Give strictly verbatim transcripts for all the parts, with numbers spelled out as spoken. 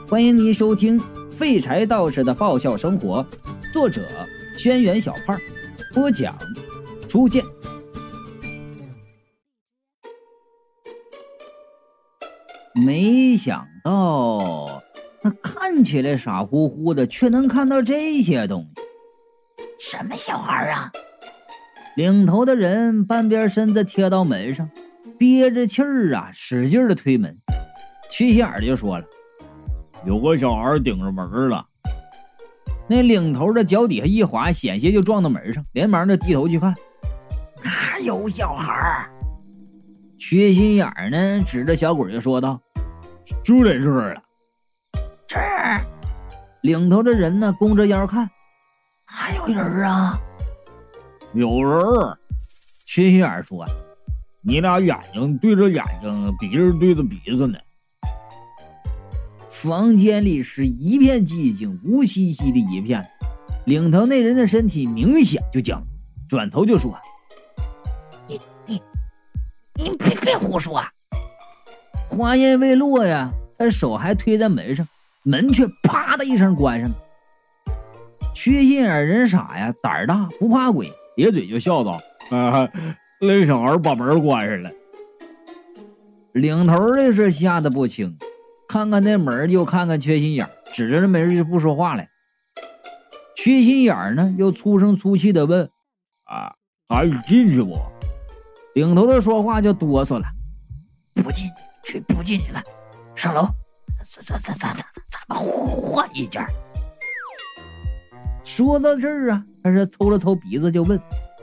欢迎您收听《废柴道士的爆笑生活》，作者轩辕小胖，播讲初见。没想到他看起来傻乎乎的，却能看到这些东西。 什么小孩啊？ 领头的人半边身子贴到门上，憋着气儿啊，使劲的推门。屈心眼就说了：“ 有个小孩顶着门了。” 那领头的脚底下一滑，险些就撞到门上，连忙的低头去看， 哪有小孩？ 缺心眼呢，指着小鬼就说道：“ 就在这儿了。” 这儿， 领头的人呢，弓着腰看， 还有人啊？ 有人。 缺心眼说：“ 你俩眼睛对着眼睛，鼻子对着鼻子呢。” 房间里是一片寂静，无兮兮的一片。领头那人的身体明显就僵住，转头就说：“ 你你你别别胡说！” 话音未落呀，他手还推在门上，门却啪的一声关上了。缺心眼人傻呀，胆儿大不怕鬼，咧嘴就笑道：“ 啊，那小孩把门关上了。” 领头的是吓得不轻，看看那门又看看缺心眼，指着那门就不说话来。缺心眼呢又粗声粗气的问：“ 啊，还进去不？” 领头的说话就哆嗦了：“ 不进去，不进去了，上楼，咱咱咱咱咱咱们换一家。” 说到这儿啊，他是抽了抽鼻子就问：“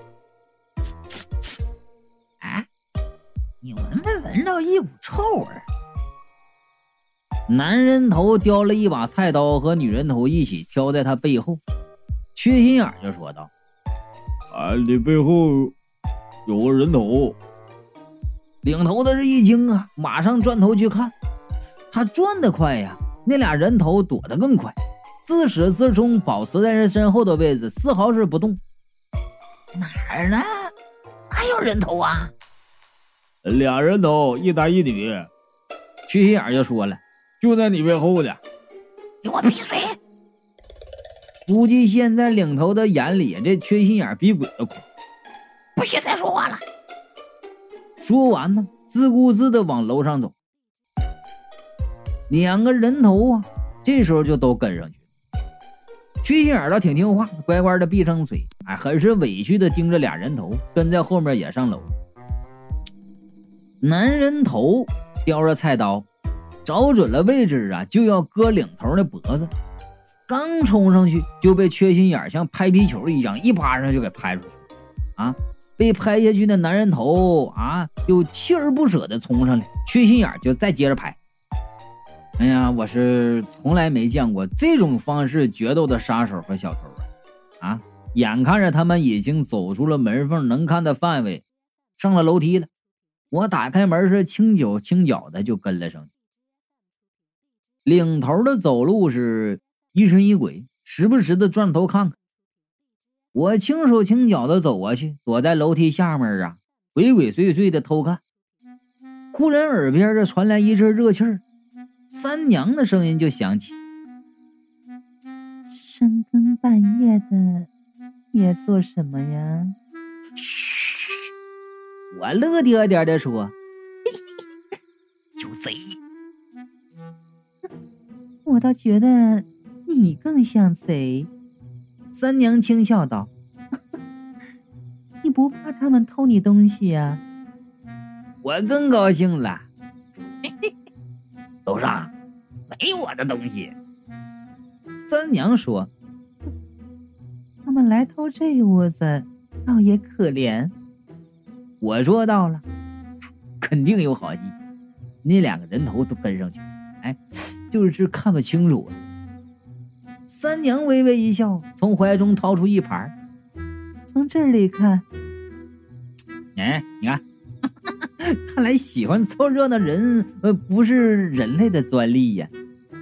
哎，你闻没闻到一股臭味？” 男人头叼了一把菜刀和女人头一起挑在他背后，缺心眼就说道：“ 啊，你背后有个人头。” 领头的是一惊啊，马上转头去看。他转得快呀，那俩人头躲得更快，自始至终保持在人身后的位置，丝毫是不动。 哪儿呢？哪有人头啊？ 俩人头，一男一女。 缺心眼就说了：“ 就在你背后的。” 给我闭嘴！ 估计现在领头的眼里，这缺心眼比鬼都快。 不许再说话了！ 说完呢，自顾自的往楼上走。两个人头啊，这时候就都跟上去了。缺心眼倒挺听话，乖乖的闭上嘴，哎，很是委屈的盯着俩人头，跟在后面也上楼。男人头叼着菜刀，找准了位置啊，就要割领头的脖子。刚冲上去，就被缺心眼像拍皮球一样，一巴掌就给拍出去啊！被拍下去的男人头啊，又锲而不舍的冲上来，缺心眼就再接着拍。哎呀，我是从来没见过这种方式决斗的杀手和小偷啊！啊，眼看着他们已经走出了门缝能看的范围，上了楼梯了。我打开门是轻脚轻脚的就跟了上去。领头的走路是疑神疑鬼，时不时的转头看看。我轻手轻脚的走过去，躲在楼梯下面啊，鬼鬼祟祟的偷看。忽然耳边这传来一阵热气儿，三娘的声音就响起：“ 深更半夜的也做什么呀？” 嘘，我乐颠颠的说：“ 有贼！” 我倒觉得你更像贼。 三娘轻笑道：“ 你不怕他们偷你东西呀？” 我更高兴了。 楼上没我的东西。 三娘说：“ 他们来偷这屋子，倒也可怜。” 我说到了，肯定有好戏。那两个人头都跟上去，哎，就是看不清楚。三娘微微一笑，从怀中掏出一盘。 从这里看， 哎，你看，看来喜欢凑热闹人，呃，不是人类的专利呀。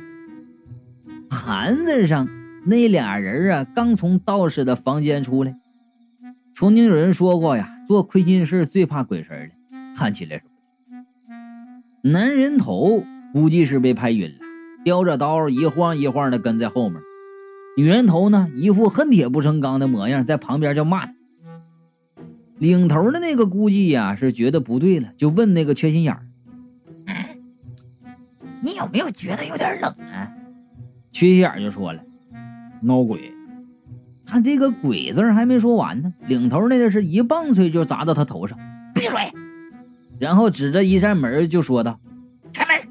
盘子上那俩人啊，刚从道士的房间出来。曾经有人说过呀，做亏心事最怕鬼神了，看起来是。男人头估计是被拍晕了， 叼着刀一晃一晃的跟在后面。女人头呢，一副恨铁不成钢的模样，在旁边就骂他。领头的那个估计呀、啊、是觉得不对了，就问那个缺心眼儿：“ 你有没有觉得有点冷啊？” 缺心眼儿就说了：“ 闹鬼。” 他这个鬼字还没说完呢，领头那个是一棒槌就砸到他头上。 闭嘴！ 然后指着一扇门就说道：“ 开门！”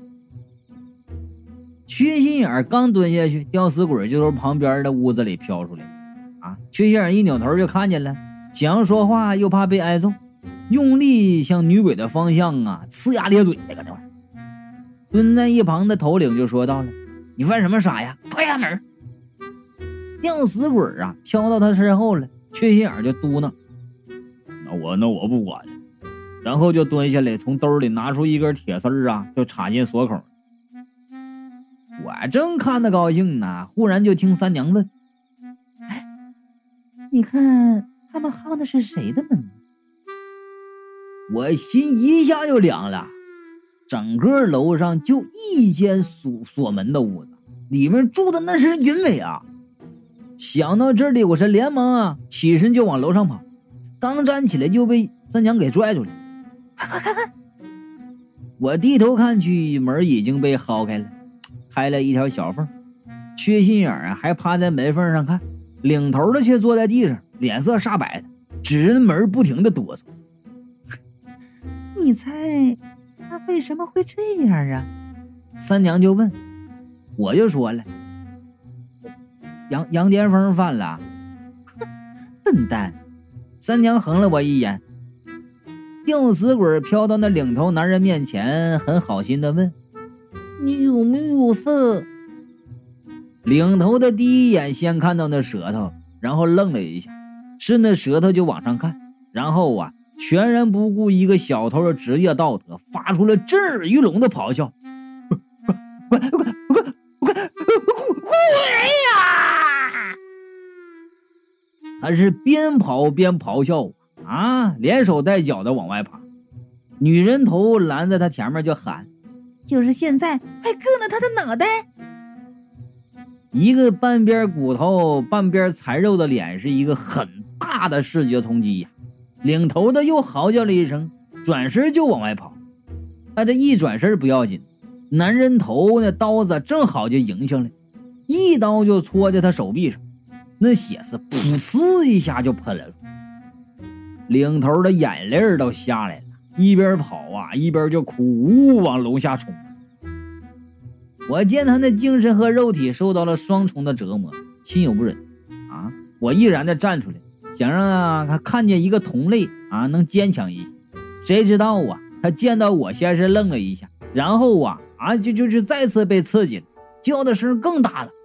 缺心眼刚蹲下去，吊死鬼就从旁边的屋子里飘出来啊！缺心眼一扭头就看见了，想要说话又怕被挨揍，用力向女鬼的方向啊呲牙咧嘴的搁那块。蹲在一旁的头领就说到了：“你犯什么傻呀？ 推开门！” 吊死鬼啊飘到他身后了，缺心眼就嘟囔：“ 那我那我不管了。” 然后就蹲下来，从兜里拿出一根铁丝儿啊，就插进锁口。我正看得高兴呢，忽然就听三娘问：“ 哎，你看他们夯的是谁的门？” 我心一下就凉了。整个楼上就一间锁锁门的屋子，里面住的那是云伟啊！想到这里，我是连忙啊起身就往楼上跑，刚站起来就被三娘给拽住了。 快快看看！ 我低头看去，门已经被薅开了，开了一条小缝。缺心眼啊还趴在门缝上看，领头的却坐在地上，脸色煞白的，指着门不停的哆嗦。 你猜他为什么会这样啊？ 三娘就问，我就说了，羊羊癫疯犯了。笨蛋！三娘横了我一眼。吊死鬼飘到那领头男人面前，很好心的问：“你有没有事？”领头的第一眼先看到那舌头，然后愣了一下，顺着舌头就往上看，然后啊全然不顾一个小偷的职业道德，发出了震耳欲聋的咆哮：“滚滚滚滚滚滚滚呀！”他是边跑边咆哮啊，连手带脚的往外爬。女人头拦在他前面就喊：“ 就是现在，快割了他的脑袋！” 一个半边骨头半边残肉的脸是一个很大的视觉冲击呀！领头的又嚎叫了一声，转身就往外跑。他这一转身不要紧，男人头那刀子正好就迎上来，一刀就戳在他手臂上，那血是噗呲一下就喷了出来。领头的眼泪都下来了，一边跑啊一边就哭，往楼下冲。我见他那精神和肉体受到了双重的折磨，心有不忍啊！我毅然的站出来，想让啊他看见一个同类啊能坚强一些。谁知道啊，他见到我先是愣了一下，然后啊啊就就就再次被刺激了，叫的声更大了。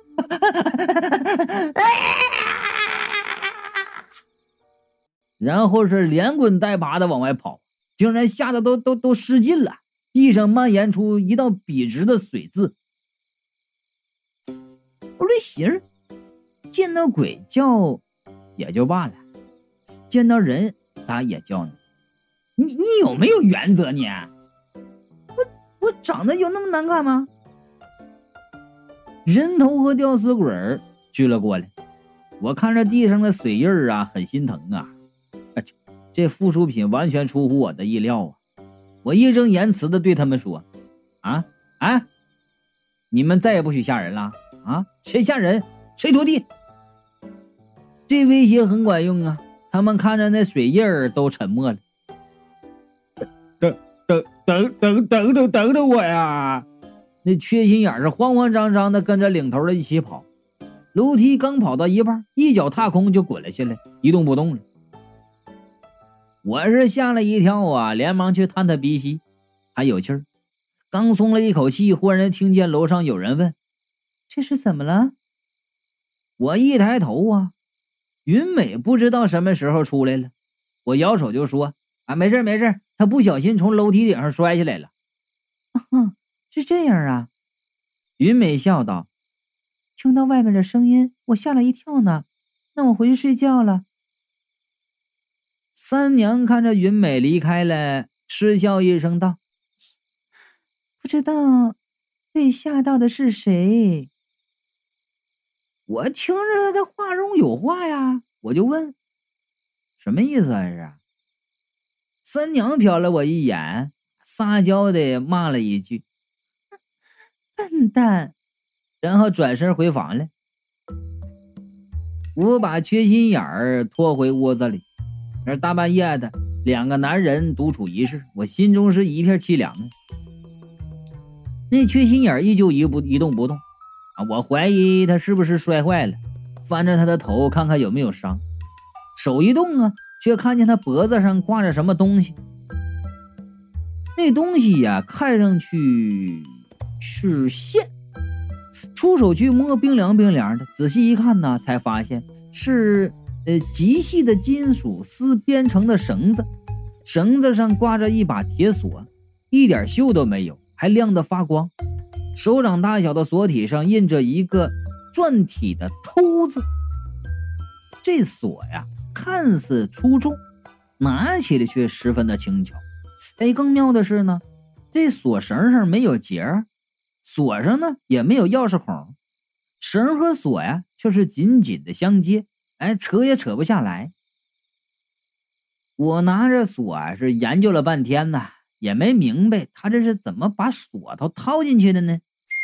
然后是连滚带爬的往外跑，竟然吓得都都都失禁了，地上蔓延出一道笔直的水渍。我这媳儿见到鬼叫也就罢了，见到人咋也叫呢？你你有没有原则你？我我长得有那么难看吗？人头和吊死鬼儿聚了过来，我看着地上的水印儿啊，很心疼啊。这附属品完全出乎我的意料啊！我义正言辞的对他们说：“啊啊，你们再也不许吓人了啊！谁吓人谁拖地！”这威胁很管用啊！他们看着那水印儿都沉默了。 等等等等等等等等我呀！ 那缺心眼是慌慌张张的跟着领头的一起跑，楼梯刚跑到一半，一脚踏空就滚了下来，一动不动了。我是吓了一跳啊，连忙去探他鼻息，还有气儿。刚松了一口气，忽然听见楼上有人问：“ 这是怎么了？” 我一抬头啊，云美不知道什么时候出来了。我摇手就说：“啊，没事没事，他不小心从楼梯顶上摔下来了。” 啊，是这样啊。 云美笑道：“ 听到外面的声音，我吓了一跳呢。那我回去睡觉了。” 三娘看着云美离开了，嗤笑一声道：“ 不知道被吓到的是谁？ 我听着他的话中有话呀，我就问，什么意思啊？这是？三娘瞟了我一眼，撒娇的骂了一句：“ 笨蛋！” 然后转身回房了。我把缺心眼儿拖回屋子里，而大半夜的，两个男人独处一室，我心中是一片凄凉啊。那缺心眼儿依旧一不一动不动啊，我怀疑他是不是摔坏了，翻着他的头看看有没有伤，手一动啊，却看见他脖子上挂着什么东西。那东西呀、啊，看上去是线，出手去摸，冰凉冰凉的，仔细一看呢，才发现是呃极细的金属丝编成的绳子，绳子上挂着一把铁锁，一点锈都没有，还亮得发光。手掌大小的锁体上印着一个篆体的偷字。这锁呀，看似粗重，拿起来却十分的轻巧。哎，更妙的是呢，这锁绳上没有结儿，锁上呢也没有钥匙孔，绳和锁呀却是紧紧的相接，哎，扯也扯不下来。我拿着锁啊是研究了半天呢，也没明白他这是怎么把锁头套进去的呢。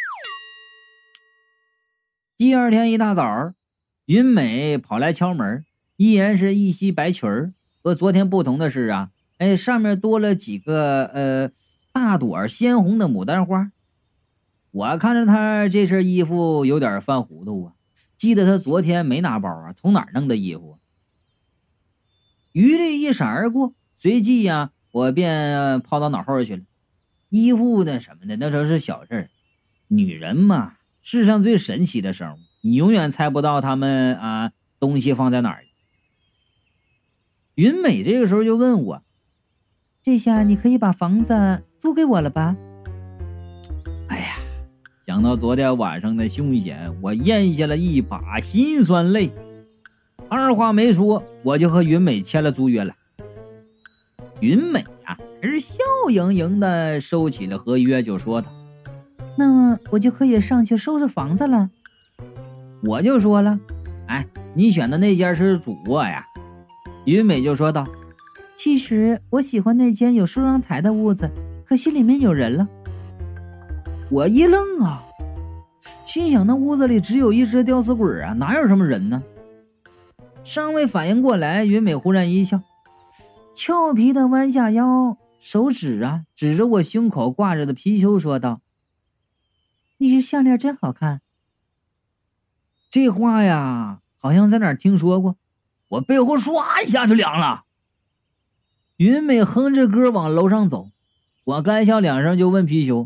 第二天一大早，云美跑来敲门，依然是一袭白裙儿，和昨天不同的是啊，哎，上面多了几个呃大朵鲜红的牡丹花。我看着他这身衣服有点犯糊涂啊，记得他昨天没拿包啊，从哪儿弄的衣服啊？余力一闪而过，随即呀、啊，我便抛到脑后去了。衣服的什么的那都是小事儿，女人嘛，世上最神奇的生物，你永远猜不到她们啊东西放在哪儿。云美这个时候就问我：“ 这下你可以把房子租给我了吧？” 哎呀，想到昨天晚上的凶险，我咽下了一把辛酸泪。二话没说，我就和云美签了租约了。云美啊，还是笑盈盈的收起了合约，就说道：“ 那我就可以上去收拾房子了。” 我就说了：“哎，你选的那间是主卧呀？”云美就说道：“ 其实我喜欢那间有收阳台的屋子，可惜里面有人了。” 我一愣啊，心想那屋子里只有一只吊死鬼啊，哪有什么人呢？尚未反应过来，云美忽然一笑，俏皮的弯下腰，手指啊指着我胸口挂着的貔貅说道：“ 你这项链真好看。” 这话呀好像在哪儿听说过，我背后唰一下就凉了。云美哼着歌往楼上走，我干笑两声就问貔貅：“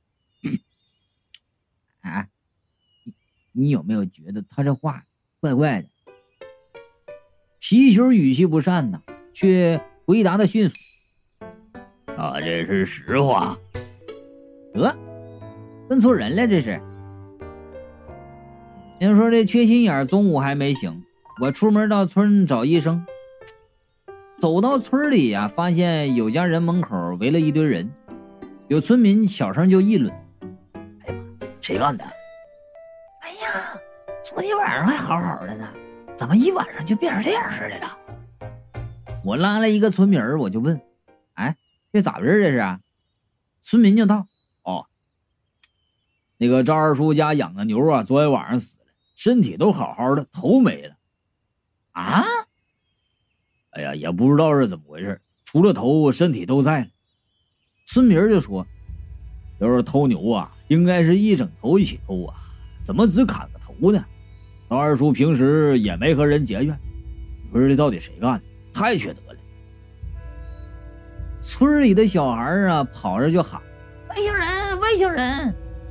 啊，你有没有觉得他这话怪怪的？”貔貅语气不善呐，却回答的迅速：“ 啊，这是实话。” 得，问错人了这是。听说这缺心眼中午还没醒，我出门到村找医生。走到村里呀、啊，发现有家人门口围了一堆人，有村民小声就议论：“ 哎呀妈，谁干的？ 哎呀，昨天晚上还好好的呢，怎么一晚上就变成这样似的了？” 我拉了一个村民，我就问：“哎，这咋回事这是啊？”村民就道：“哦，那个赵二叔家养的牛啊，昨天晚上死了，身体都好好的，头没了。” 啊？ 哎呀，也不知道是怎么回事，除了头，身体都在了。 村民就说：“ 要是偷牛啊，应该是一整头一起偷啊，怎么只砍个头呢？赵二叔平时也没和人结怨，不知道到底谁干的，太缺德了。” 村里的小孩啊，跑着就喊：“ 外星人，外星人！”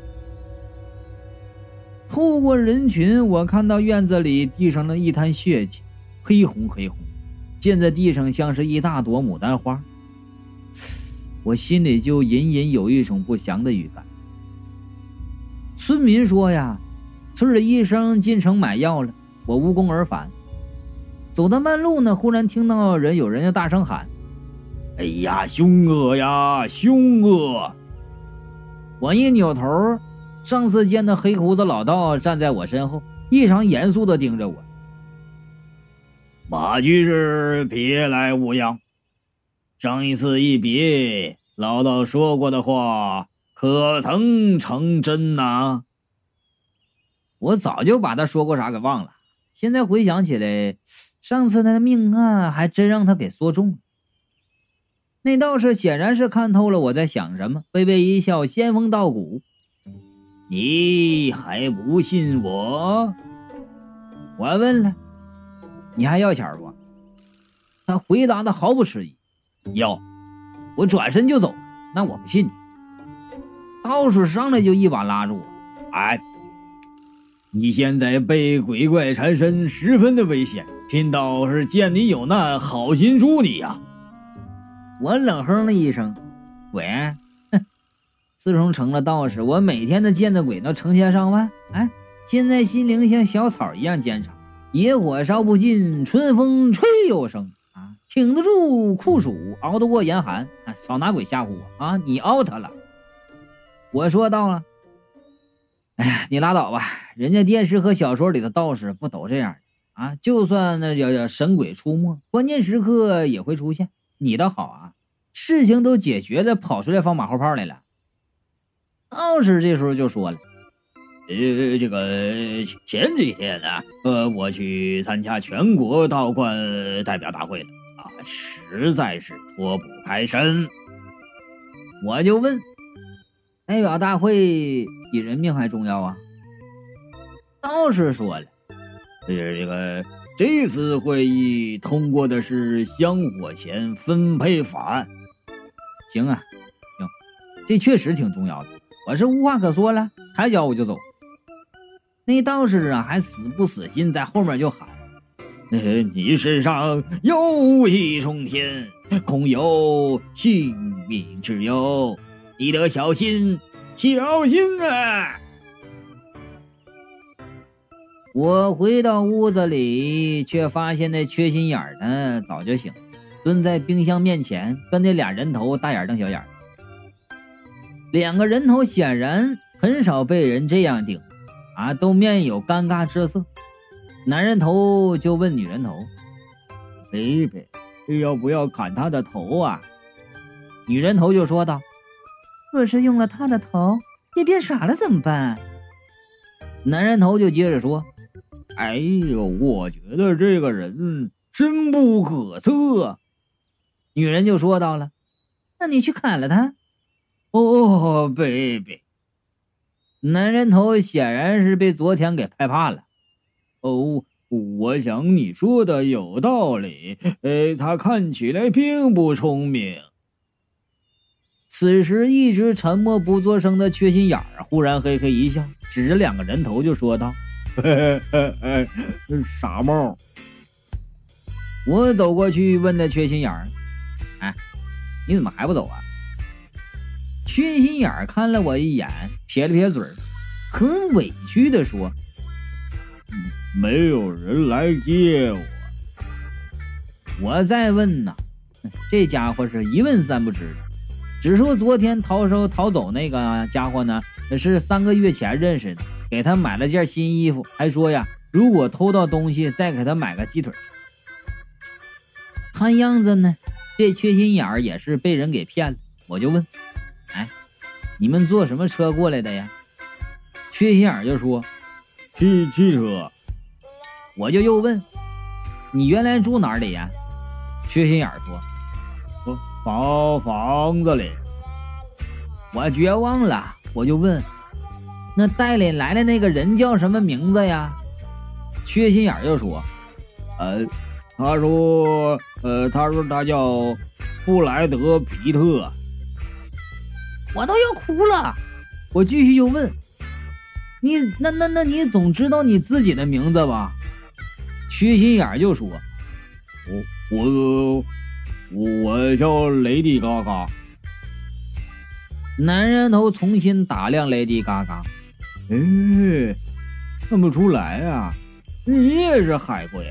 透过人群，我看到院子里地上的一滩血迹，黑红黑红，溅在地上像是一大朵牡丹花。我心里就隐隐有一种不祥的预感。村民说呀，村里医生进城买药了，我无功而返。走到半路呢，忽然听到人有人要大声喊：“ 哎呀，凶恶呀，凶恶！” 我一扭头， 上次见的黑胡子老道站在我身后，异常严肃地盯着我。 马居士别来无恙，上一次一别，老道说过的话可曾成真呐？ 我早就把他说过啥给忘了，现在回想起来，上次他的命案还真让他给说中了。那道士显然是看透了我在想什么，微微一笑，仙风道骨。 你还不信我？ 我问了，你还要钱不？他回答的毫不迟疑， 要。 我转身就走，那我不信你。道士上来就一把拉住我， 哎，你现在被鬼怪缠身，十分的危险，贫道是见你有难，好心助你呀、啊。 我冷哼了一声，鬼，哼，自从成了道士，我每天的见的鬼都成千上万，哎，现在心灵像小草一样坚强，野火烧不尽，春风吹又生啊，挺得住酷暑，熬得过严寒啊，少拿鬼吓唬我啊，你 out 了。我说到了，哎呀，你拉倒吧，人家电视和小说里的道士不都这样啊？就算那叫叫神鬼出没，关键时刻也会出现。你倒好啊，事情都解决了，跑出来放马后炮来了。道士这时候就说了， 呃，这个前几天呢、啊，呃，我去参加全国道观代表大会了啊，实在是脱不开身。 我就问，代表大会比人命还重要啊？道士说了， 呃，这个。这次会议通过的是香火钱分配法案。 行啊，行，这确实挺重要的。我是无话可说了，抬脚我就走。那道士啊，还死不死心，在后面就喊：“ 呃，你身上有武艺冲天，恐有性命之忧，你得小心，小心啊！” 我回到屋子里，却发现那缺心眼儿的早就醒了，蹲在冰箱面前，跟那俩人头大眼瞪小眼。两个人头显然很少被人这样盯啊，都面有尴尬之色。男人头就问女人头：“ 贝贝，要不要砍他的头啊？” 女人头就说道：“ 若是用了他的头，你变傻了怎么办？” 男人头就接着说：“ 哎呦，我觉得这个人深不可测。” 女人就说到了：“ 那你去砍了他。” 哦，贝贝。 男人头显然是被昨天给害怕了。 哦，我想你说的有道理，呃，他看起来并不聪明。 此时一直沉默不作声的缺心眼儿忽然嘿嘿一笑，指着两个人头就说道：“ 傻帽。” 我走过去问那缺心眼儿：“哎，你怎么还不走啊？”缺心眼儿看了我一眼，撇了撇嘴，很委屈地说：“ 没有人来接我。” 我再问呢，这家伙是一问三不知，只说昨天逃收逃走那个家伙呢，是三个月前认识的，给他买了件新衣服，还说呀，如果偷到东西再给他买个鸡腿。看样子呢，这缺心眼儿也是被人给骗了。我就问：“哎，你们坐什么车过来的呀？”缺心眼儿就说：“ 汽汽车。” 我就又问：“你原来住哪里呀？”缺心眼儿说：“ 房房子里。” 我绝望了，我就问：“那带领来的那个人叫什么名字呀？”缺心眼儿就说：“ 呃，他说，呃，他说他叫布莱德皮特。” 我都要哭了。我继续又问：“你那那那你总知道你自己的名字吧？”缺心眼儿就说：“ 我我我叫雷迪嘎嘎。” 男人头重新打量雷迪嘎嘎， 哎，看不出来啊，你也是海龟。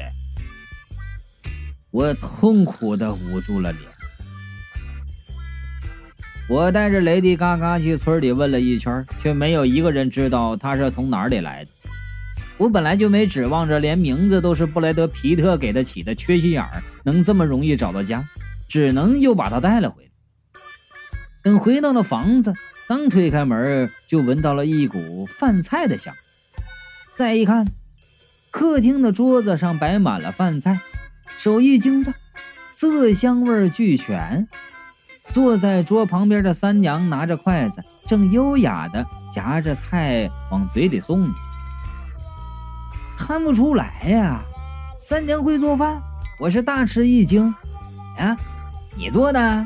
我痛苦的捂住了脸。 我带着雷迪嘎嘎去村里问了一圈，却没有一个人知道他是从哪里来的。我本来就没指望着连名字都是布莱德皮特给他起的缺心眼儿能这么容易找到家，只能又把他带了回来。等回到了房子，刚推开门就闻到了一股饭菜的香。再一看，客厅的桌子上摆满了饭菜，手艺精湛，色香味俱全。坐在桌旁边的三娘拿着筷子，正优雅地夹着菜往嘴里送呢。看不出来呀，三娘会做饭，我是大吃一惊。啊，你做的？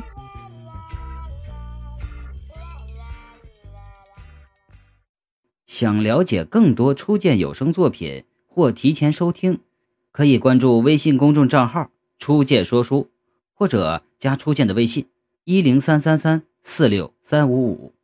想了解更多初见有声作品或提前收听，可以关注微信公众账号初见说书，或者加初见的微信一零三三三四六三五五。